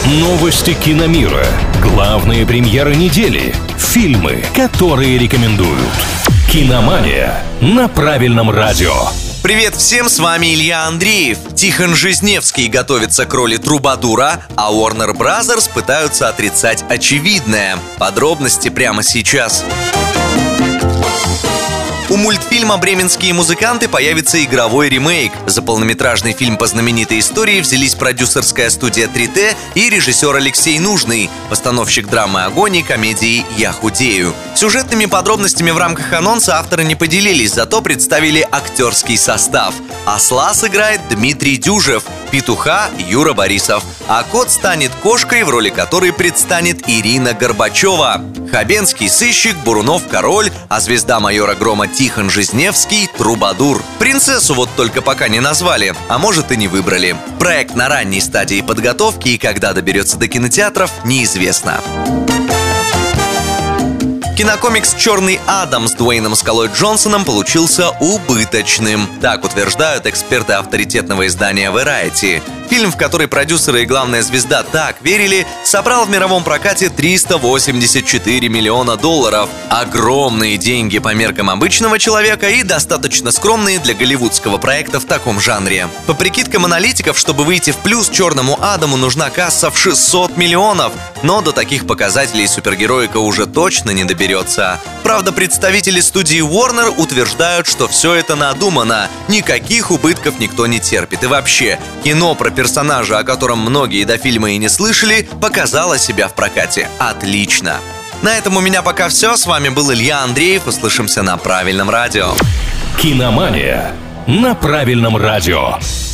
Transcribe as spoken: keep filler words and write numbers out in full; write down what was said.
Новости киномира. Главные премьеры недели. Фильмы, которые рекомендуют. Киномания на правильном радио. Привет всем, с вами Илья Андреев. Тихон Жизневский готовится к роли Трубадура, а Warner Brothers пытаются отрицать очевидное. Подробности прямо сейчас. У мультфильма «Бременские музыканты» появится игровой ремейк. За полнометражный фильм по знаменитой истории взялись продюсерская студия три тэ и режиссер Алексей Нужный, постановщик драмы «Огонь» и комедии «Я худею». Сюжетными подробностями в рамках анонса авторы не поделились, зато представили актерский состав. Осла сыграет Дмитрий Дюжев, петуха – Юра Борисов, а кот станет кошкой, в роли которой предстанет Ирина Горбачева. Хабенский – сыщик, Бурунов – король, а звезда майора Грома Тихон Жизневский – Трубадур. Принцессу вот только пока не назвали, а может и не выбрали. Проект на ранней стадии подготовки и когда доберется до кинотеатров, неизвестно. Кинокомикс «Черный Адам» с Дуэйном «Скалой» Джонсоном получился убыточным. Так утверждают эксперты авторитетного издания Variety. Фильм, в который продюсеры и главная звезда так верили, собрал в мировом прокате триста восемьдесят четыре миллиона долларов. Огромные деньги по меркам обычного человека и достаточно скромные для голливудского проекта в таком жанре. По прикидкам аналитиков, чтобы выйти в плюс «Черному Адаму» нужна касса в шестьсот миллионов. Но до таких показателей супергероика уже точно не доберется. Правда, представители студии Warner утверждают, что все это надумано. Никаких убытков никто не терпит. И вообще, кино про персонажа, о котором многие до фильма и не слышали, показало себя в прокате. Отлично! На этом у меня пока все. С вами был Илья Андреев. Услышимся на правильном радио. Киномания на правильном радио.